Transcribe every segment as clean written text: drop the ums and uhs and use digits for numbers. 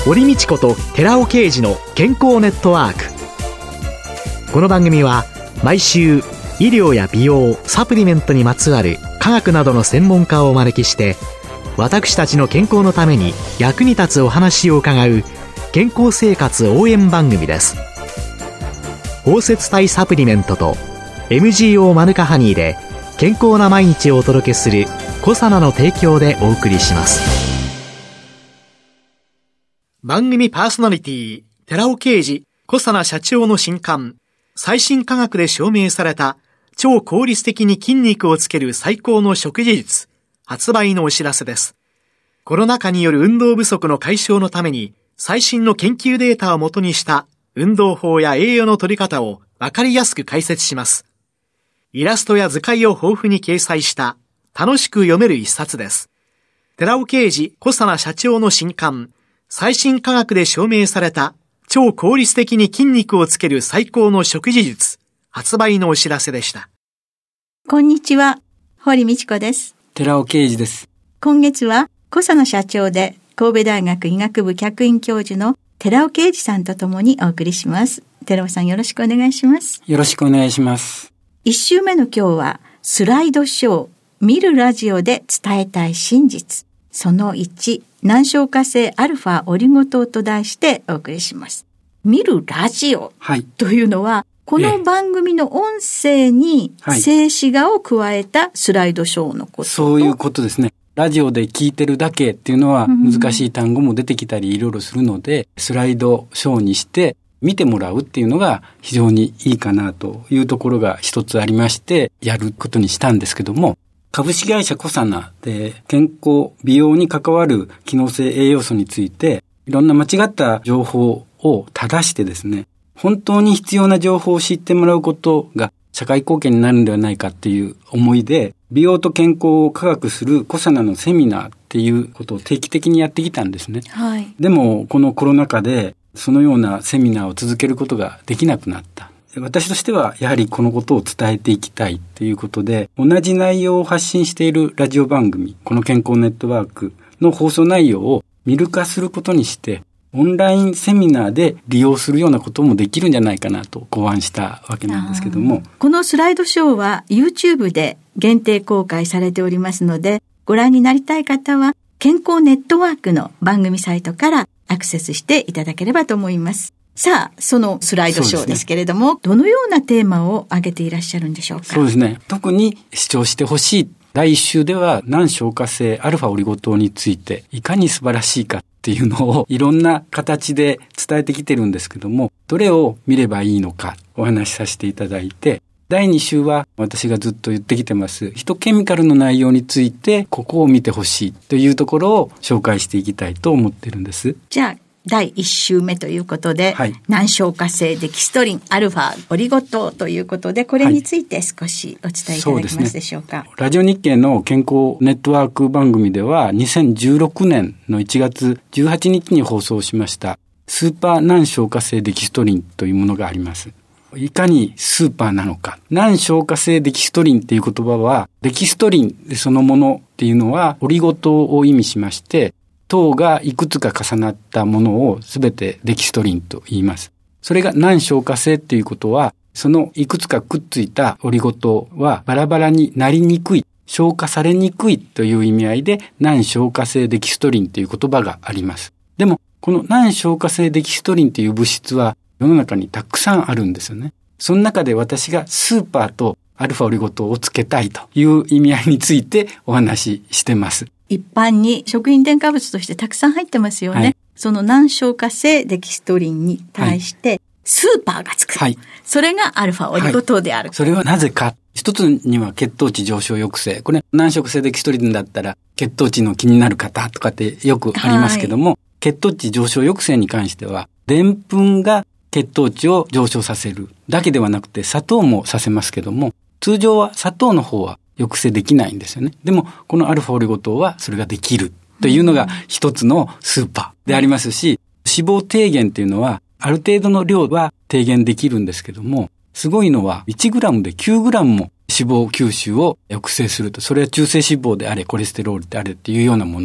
堀道子と寺尾啓二の健康ネットワーク。この番組は毎週医療や美容、サプリメントにまつわる科学などの専門家をお招きして、私たちの健康のために役に立つお話を伺う健康生活応援番組です。包摂体サプリメントと MGO マヌカハニーで健康な毎日をお届けするコサナの提供でお送りします。番組パーソナリティ寺尾啓二、コサナ社長の新刊、最新科学で証明された超効率的に筋肉をつける最高の食事術、発売のお知らせです。コロナ禍による運動不足の解消のために、最新の研究データをもとにした運動法や栄養の取り方をわかりやすく解説します。イラストや図解を豊富に掲載した楽しく読める一冊です。寺尾啓二、コサナ社長の新刊、最新科学で証明された超効率的に筋肉をつける最高の食事術、発売のお知らせでした。 こんにちは、堀道子です。 寺尾啓二です。 今月はコサナ社長で神戸大学医学部客員教授の寺尾啓二さんとともにお送りします。寺尾さん、よろしくお願いします。 よろしくお願いします。 1週目の今日はスライドショー、見るラジオで伝えたい真実、その1、難消化性アルファオリゴ糖と題してお送りします。見るラジオというのは、この番組の音声に静止画を加えたスライドショーのことと、 そういうことですね。ラジオで聞いてるだけっていうのは難しい単語も出てきたりいろいろするので、スライドショーにして見てもらうっていうのが非常にいいかなというところが一つありまして、やることにしたんですけども、株式会社コサナで健康美容に関わる機能性栄養素について、いろんな間違った情報を正してですね、本当に必要な情報を知ってもらうことが社会貢献になるんではないかっていう思いで、美容と健康を科学するコサナのセミナーっていうことを定期的にやってきたんですね。 はい。 でもこのコロナ禍でそのようなセミナーを続けることができなくなった。私としてはやはりこのことを伝えていきたいということで、同じ内容を発信しているラジオ番組、この健康ネットワークの放送内容を見る化することにして、オンラインセミナーで利用するようなこともできるんじゃないかなと考案したわけなんですけども。 このスライドショーは YouTube で限定公開されておりますので、ご覧になりたい方は健康ネットワークの番組サイトからアクセスしていただければと思います。さあ、そのスライドショーですけれども、どのようなテーマを挙げていらっしゃるんでしょうか。 そうですね。特に視聴してほしい。第1週では難消化性アルファオリゴ糖についていかに素晴らしいかっていうのをいろんな形で伝えてきてるんですけども、どれを見ればいいのかお話しさせていただいて、第2週は私がずっと言ってきてますヒトケミカルの内容についてここを見てほしいというところを紹介していきたいと思ってるんです。 じゃあ第1週目ということで、難消化性デキストリンアルファオリゴ糖ということで、これについて少しお伝えいただけますでしょうか。 ラジオ日経の健康ネットワーク番組では2016年の1月18日に放送しましたスーパー難消化性デキストリンというものがあります。いかにスーパーなのか。難消化性デキストリンっていう言葉は、デキストリンそのものっていうのはオリゴ糖を意味しまして、糖がいくつか重なったものをすべてデキストリンと言います。それが難消化性っていうことは、そのいくつかくっついたオリゴ糖はバラバラになりにくい、消化されにくいという意味合いで難消化性デキストリンという言葉があります。でも、この難消化性デキストリンという物質は世の中にたくさんあるんですよね。その中で私がスーパーとアルファオリゴ糖をつけたいという意味合いについてお話ししてます。 一般に食品添加物としてたくさん入ってますよね。はい、その難消化性デキストリンに対してスーパーがつく。はい、それがアルファオリゴ糖である。 はい、それはなぜか。一つには血糖値上昇抑制。これ難消化性デキストリンだったら血糖値の気になる方とかってよくありますけども、血糖値上昇抑制に関してはでんぷんが血糖値を上昇させるだけではなくて砂糖もさせますけども、通常は砂糖の方は抑制できないんですよね。でもこのアルファオリゴ糖はそれができるというのが一つのスーパーでありますし、脂肪低減っていうのはある程度の量は低減できるんですけども、すごいのは 1g で 9g も脂肪吸収を抑制すると、それは中性脂肪であれコレステロールであれっていうようなもの、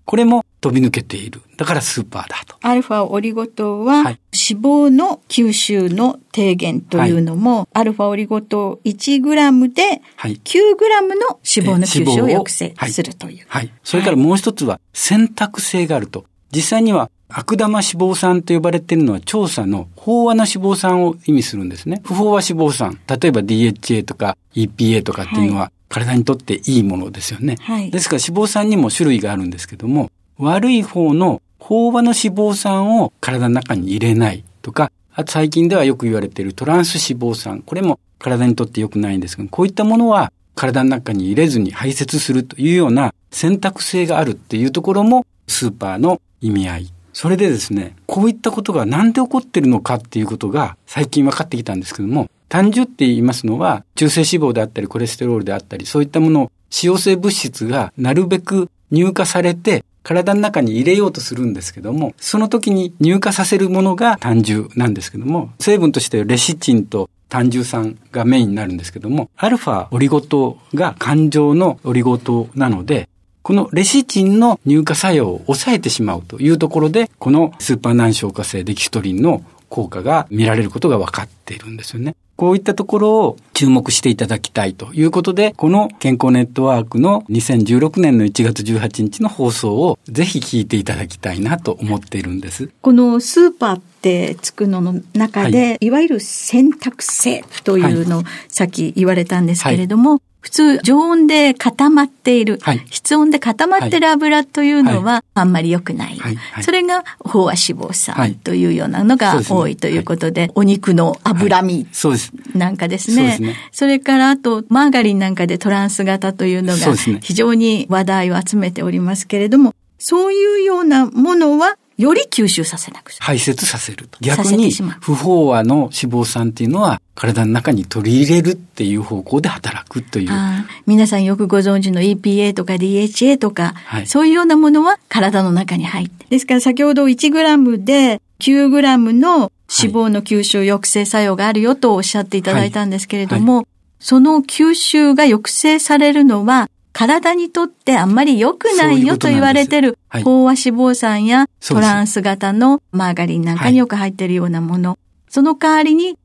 これも飛び抜けている。だからスーパーだと。 アルファオリゴ糖は、脂肪の吸収の低減というのも、アルファオリゴ糖 1g で 9g の脂肪の吸収を抑制するという。 それからもう一つは選択性があると。実際には悪玉脂肪酸と呼ばれているのは調査の飽和の脂肪酸を意味するんですね。不飽和脂肪酸。例えば DHA とか EPA とかっていうのは体にとっていいものですよね。ですから脂肪酸にも種類があるんですけども、悪い方の飽和の脂肪酸を体の中に入れないとか、あと最近ではよく言われているトランス脂肪酸。これも体にとって良くないんですけど、こういったものは体の中に入れずに排泄するというような選択性があるっていうところもスーパーの意味合い。それでですね、こういったことがなんで起こっているのかっていうことが最近分かってきたんですけども、胆汁って言いますのは中性脂肪であったりコレステロールであったり、そういったもの、脂溶性物質がなるべく乳化されて体の中に入れようとするんですけども、その時に乳化させるものが胆汁なんですけども、成分としてレシチンと胆汁酸がメインになるんですけども、アルファオリゴ糖が肝状のオリゴ糖なので、このレシチンの乳化作用を抑えてしまうというところで、このスーパー難消化性デキストリンの効果が見られることが分かっているんですよね。こういったところを注目していただきたいということで、この健康ネットワークの2016年の1月18日の放送をぜひ聞いていただきたいなと思っているんです。 このスーパーってつくのの中で、いわゆる選択性というのをさっき言われたんですけれども、普通常温で固まっている、室温で固まっている油というのはあんまり良くない。それが飽和脂肪酸というようなのが多いということで、お肉の脂身なんかですね。それからあとマーガリンなんかでトランス型というのが非常に話題を集めておりますけれども、そういうようなものはより吸収させなくちゃ。 排泄させると。逆に不飽和の脂肪酸っていうのは体の中に取り入れるっていう方向で働くという。 皆さんよくご存知の EPA とか DHA とか、そういうようなものは体の中に入って。ですから先ほど 1g で 9g の脂肪の吸収抑制作用があるよとおっしゃっていただいたんですけれども、その吸収が抑制されるのは体にとってあんまり良くないよと言われている飽和脂肪酸やトランス型のマーガリンなんかによく入っているようなもの。その代わりに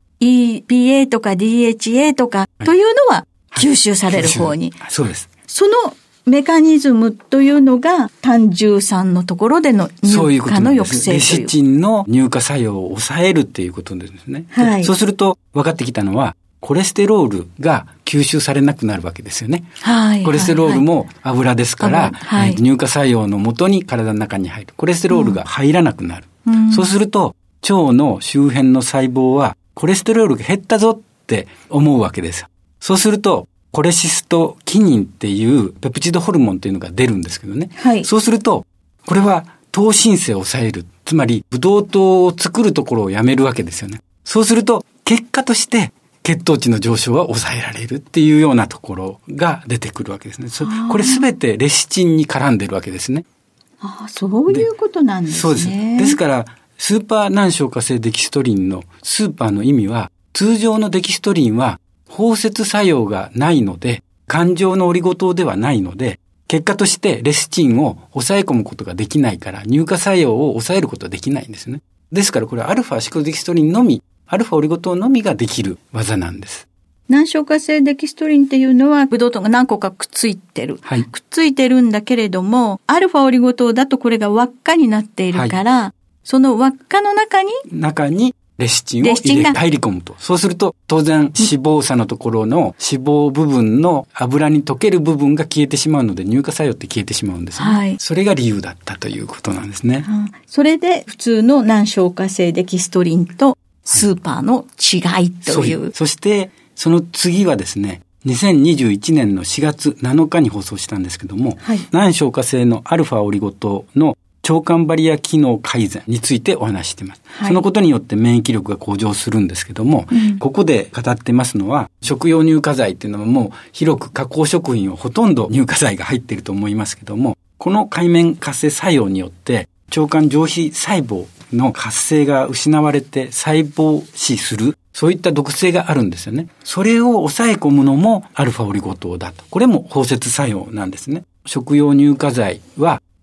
EPA とか DHA とかというのは吸収される方に。 そうです。 そのメカニズムというのが胆汁酸のところでの乳化の抑制という。 レシチンの乳化作用を抑えるっていうことですね。そうすると分かってきたのは、コレステロールが吸収されなくなるわけですよね。コレステロールも油ですから、乳化作用のもとに体の中に入る。コレステロールが入らなくなる。そうすると、腸の周辺の細胞は、コレステロールが減ったぞって思うわけですよ。そうすると、コレシストキニンっていうペプチドホルモンっていうのが出るんですけどね。そうすると、これは糖新生を抑える。つまり、ブドウ糖を作るところをやめるわけですよね。そうすると、結果として、血糖値の上昇は抑えられるっていうようなところが出てくるわけですね。これすべてレシチンに絡んでるわけですね。 そういうことなんですね。 そうです。ですから、スーパー難消化性デキストリンのスーパーの意味は、通常のデキストリンは包摂作用がないので、肝状のオリゴ糖ではないので、結果としてレシチンを抑え込むことができないから、乳化作用を抑えることはできないんですね。ですからこれはアルファシクロデキストリンのみ、アルファオリゴ糖のみができる技なんです。 難消化性デキストリンっていうのはブドウ糖が何個かくっついてる。くっついてるんだけれども、アルファオリゴ糖だとこれが輪っかになっているから、その輪っかの中にレシチンを入り込むと。そうすると、当然脂肪差のところの脂肪部分の油に溶ける部分が消えてしまうので、乳化作用って消えてしまうんですね。それが理由だったということなんですね。 それで普通の難消化性デキストリンとスーパーの違いという。 そして、その次はですね、2021年の4月7日に放送したんですけども、難消化性のアルファオリゴ糖の腸管バリア機能改善についてお話ししています。そのことによって免疫力が向上するんですけども、ここで語ってますのは、食用乳化剤っていうのはもう広く加工食品をほとんど乳化剤が入っていると思いますけども、この界面活性作用によって腸管上皮細胞の活性が失われて細胞死する、そういった毒性があるんですよね。それを抑え込むのもアルファオリゴ糖だと。これも包摂作用なんですね。食用乳化剤は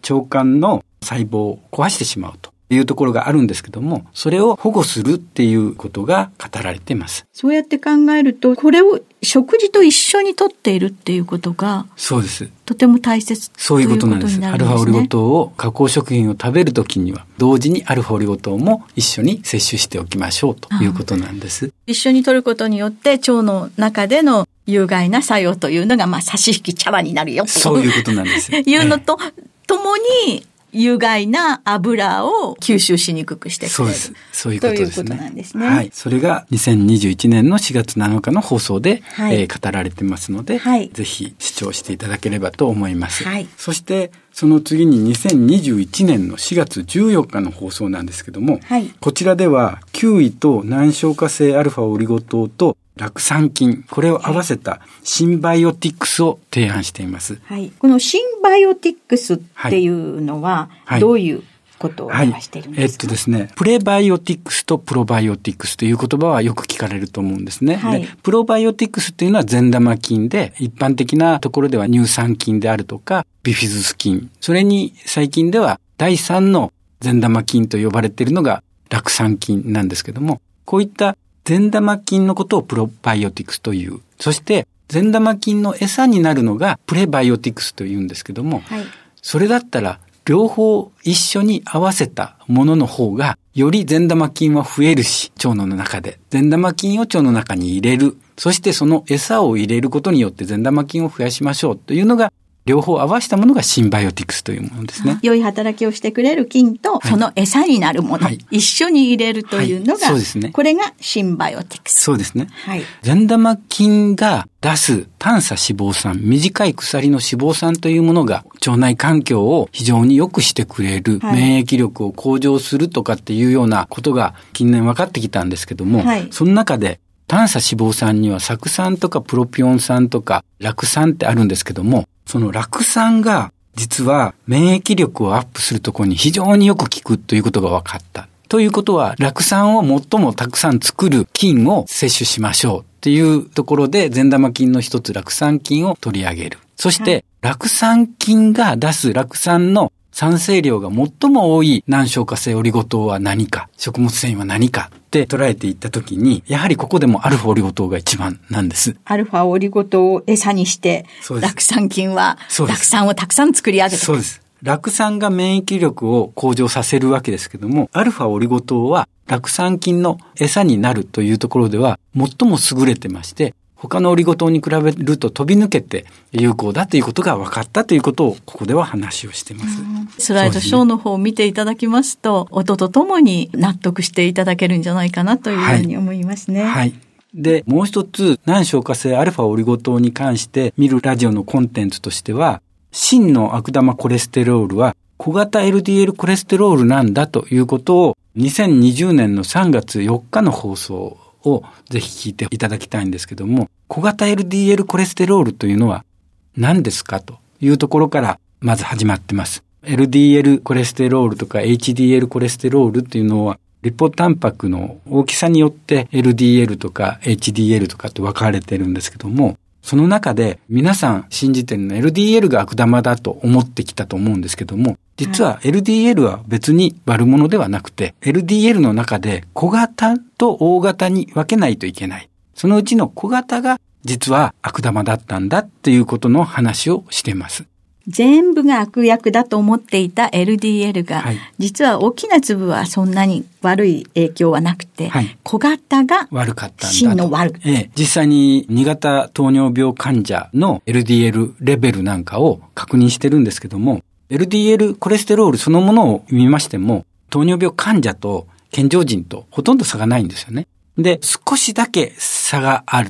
腸管の細胞を壊してしまうというところがあるんですけども、それを保護するっていうことが語られています。 そうやって考えると、これを食事と一緒に摂っているっていうことが、 そうです。 とても大切そういうことなんです。 ということになアるんですね。 ルファオリゴ糖を加工食品を食べるときには、同時にアルファオリゴ糖も一緒に摂取しておきましょうということなんです。 一緒に摂ることによって腸の中での有害な作用というのが、差し引き茶碗になるよとそういうことなんです。 いうのと、共に有害な油を吸収しにくくしてくれる。 そうです。そういうことですね。 ということなんですね。 はい。それが2021年の4月7日の放送で、語られてますので、ぜひ視聴していただければと思います。そして、その次に2021年の4月14日の放送なんですけども、こちらでは、キウイと難消化性アルファオリゴ糖と酪酸菌、これを合わせたシンバイオティックスを提案しています。 このシンバイオティックスっていうのは、どういうことを表しているんですか？ ですね、プレバイオティックスとプロバイオティックスという言葉はよく聞かれると思うんですね。でプロバイオティックスというのは善玉菌で、一般的なところでは乳酸菌であるとか、ビフィズス菌、それに最近では第3の善玉菌と呼ばれているのが酪酸菌なんですけども、こういった善玉菌のことをプロバイオティクスという。そして、善玉菌の餌になるのがプレバイオティクスというんですけども、それだったら、両方一緒に合わせたものの方が、より善玉菌は増えるし、腸の中で。善玉菌を腸の中に入れる。そしてその餌を入れることによって善玉菌を増やしましょうというのが、両方合わせたものがシンバイオティクスというものですね。 良い働きをしてくれる菌と、その餌になるもの、一緒に入れるというのが、 そうですね。 これがシンバイオティクス。 そうですね。善玉菌が出す短鎖脂肪酸、短い鎖の脂肪酸というものが腸内環境を非常に良くしてくれる、免疫力を向上するとかっていうようなことが近年分かってきたんですけども、その中で短鎖脂肪酸には酢酸とかプロピオン酸とか酪酸ってあるんですけども、その酪酸が実は免疫力をアップするところに非常によく効くということが分かった。ということは、酪酸を最もたくさん作る菌を摂取しましょうっていうところで、善玉菌の一つ酪酸菌を取り上げる。そして、酪酸菌が出す酪酸の産生量が最も多い難消化性オリゴ糖は何か、食物繊維は何かって捉えていったときに、やはりここでもアルファオリゴ糖が一番なんです。 アルファオリゴ糖を餌にして、酪酸菌は酪酸をたくさん作り上げてそうです。酪酸が免疫力を向上させるわけですけども、アルファオリゴ糖は酪酸菌の餌になるというところでは最も優れてまして、他のオリゴ糖に比べると飛び抜けて有効だということが分かったということをここでは話をしています。 スライドショーの方を見ていただきますと、音とともに納得していただけるんじゃないかなというふうに思いますね。 で、もう一つ、難消化性アルファオリゴ糖に関して見るラジオのコンテンツとしては、真の悪玉コレステロールは小型 LDL コレステロールなんだということを2020年の3月4日の放送をぜひ聞いていただきたいんですけども、小型 LDL コレステロールというのは何ですかというところからまず始まってます。LDL コレステロールとか HDL コレステロールというのはリポタンパクの大きさによって LDL とか HDL とかって分かれてるんですけども、その中で皆さん信じてるの LDL が悪玉だと思ってきたと思うんですけども、実は LDL は別に悪者ではなくて、LDL の中で小型と大型に分けないといけない。そのうちの小型が実は悪玉だったんだっていうことの話をしています。 全部が悪役だと思っていた LDL が、実は大きな粒はそんなに悪い影響はなくて、小型が悪かったんだと。 真の悪。 実際に2型糖尿病患者の LDL レベルなんかを確認してるんですけども、LDL コレステロールそのものを見ましても、糖尿病患者と健常人とほとんど差がないんですよね。で、少しだけ差があって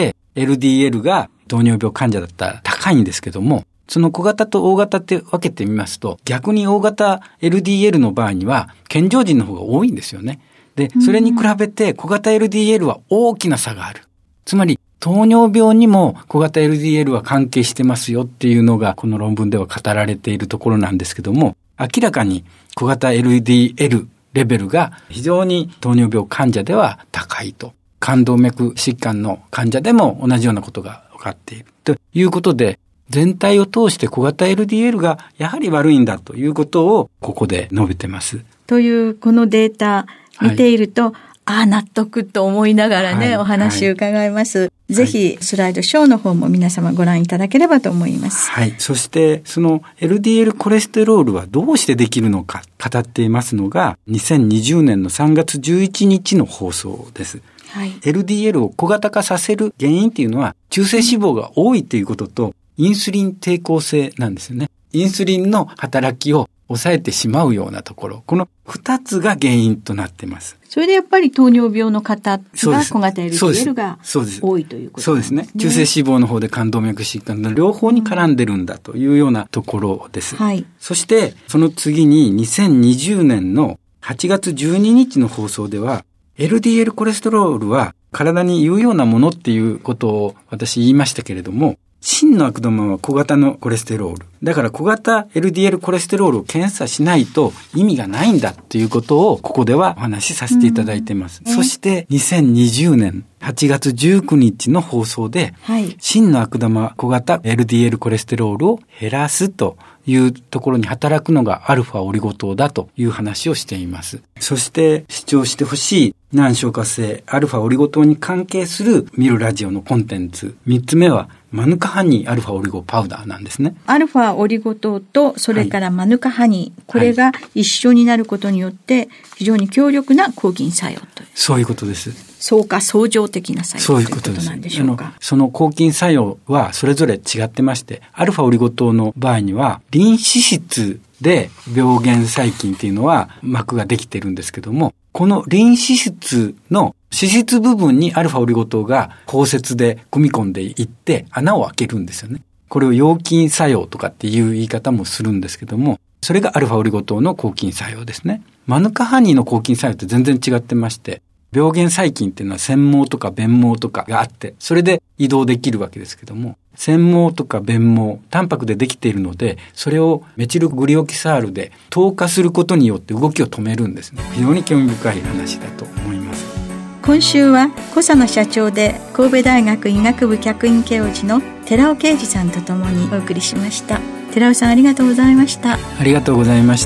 、LDL が糖尿病患者だったら高いんですけども、その小型と大型って分けてみますと、逆に大型 LDL の場合には、健常人の方が多いんですよね。で、それに比べて小型 LDL は大きな差がある。つまり、糖尿病にも小型 LDL は関係してますよっていうのが、この論文では語られているところなんですけども、明らかに小型 LDL レベルが非常に糖尿病患者では高いと。肝動脈疾患の患者でも同じようなことが分かっている。ということで、 全体を通して小型 LDL がやはり悪いんだということをここで述べてます。 というこのデータ見ていると、納得と思いながらね、お話を伺います。ぜひスライドショーの方も皆様ご覧いただければと思います。 はい。そしてその LDL コレステロールはどうしてできるのか語っていますのが2020年の3月11日の放送です。 はい、 LDL を小型化させる原因っていうのは中性脂肪が多いということとインスリン抵抗性なんですよね。インスリンの働きを抑えてしまうようなところ、この2つが原因となっています。 それでやっぱり糖尿病の方が小型 LDL が多いということそうですね。中性脂肪の方で冠動脈疾患の両方に絡んでるんだというようなところです。 はい。 そしてその次に2020年の8月12日の放送では LDL コレステロールは体に有用なものっていうことを私言いましたけれども、真の悪玉は小型のコレステロール。だから小型 LDL コレステロールを検査しないと意味がないんだということをここではお話しさせていただいています。そして2020年8月19日の放送で、真の悪玉小型 LDL コレステロールを減らすというところに働くのがアルファオリゴ糖だという話をしています。そして視聴してほしい難消化性アルファオリゴ糖に関係する見るラジオのコンテンツ。3つ目はマヌカハニーアルファオリゴパウダーなんですね。 アルファオリゴ糖とそれからマヌカハニー、これが一緒になることによって非常に強力な抗菌作用という。 そういうことです。 相加相乗的な作用ということなんでしょうか。 その抗菌作用はそれぞれ違ってまして、アルファオリゴ糖の場合にはリン脂質で病原細菌っていうのは膜ができてるんですけども、このリン脂質の脂質部分にアルファオリゴ糖が包摂で組み込んでいって穴を開けるんですよね。これを溶菌作用とかっていう言い方もするんですけども、それがアルファオリゴ糖の抗菌作用ですね。マヌカハニーの抗菌作用って全然違ってまして、病原細菌っていうのは繊毛とか弁毛とかがあって、それで移動できるわけですけども、繊毛とか弁毛、タンパクでできているので、それをメチルグリオキサールで糖化することによって動きを止めるんですね。非常に興味深い話だと思います。 今週は小佐野社長で神戸大学医学部客員教授の寺尾啓二さんとともにお送りしました。寺尾さん、ありがとうございました。 ありがとうございました。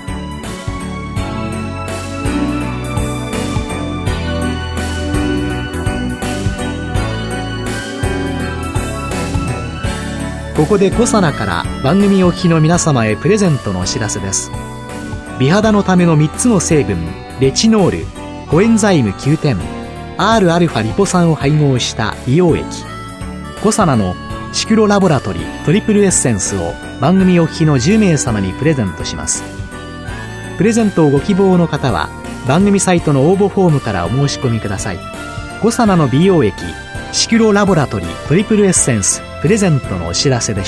ここでコサナから番組お聞きの皆様へプレゼントのお知らせです。美肌のための3つの成分、レチノール、コエンザイム9点、Rαリポ酸を配合した美容液、コサナのシクロラボラトリトリプルエッセンスを番組お聞きの10名様にプレゼントします。プレゼントをご希望の方は番組サイトの応募フォームからお申し込みください。コサナの美容液シクロラボラトリトリプルエッセンスプレゼントのお知らせでした。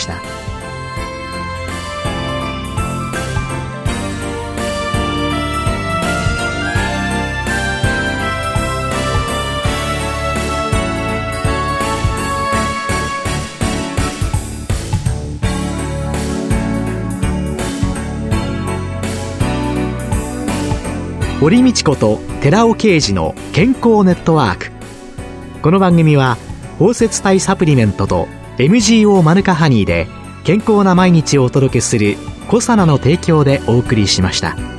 堀道子と寺尾啓二の健康ネットワーク。この番組は包摂体サプリメントと MGO マヌカハニーで健康な毎日をお届けするコサナの提供でお送りしました。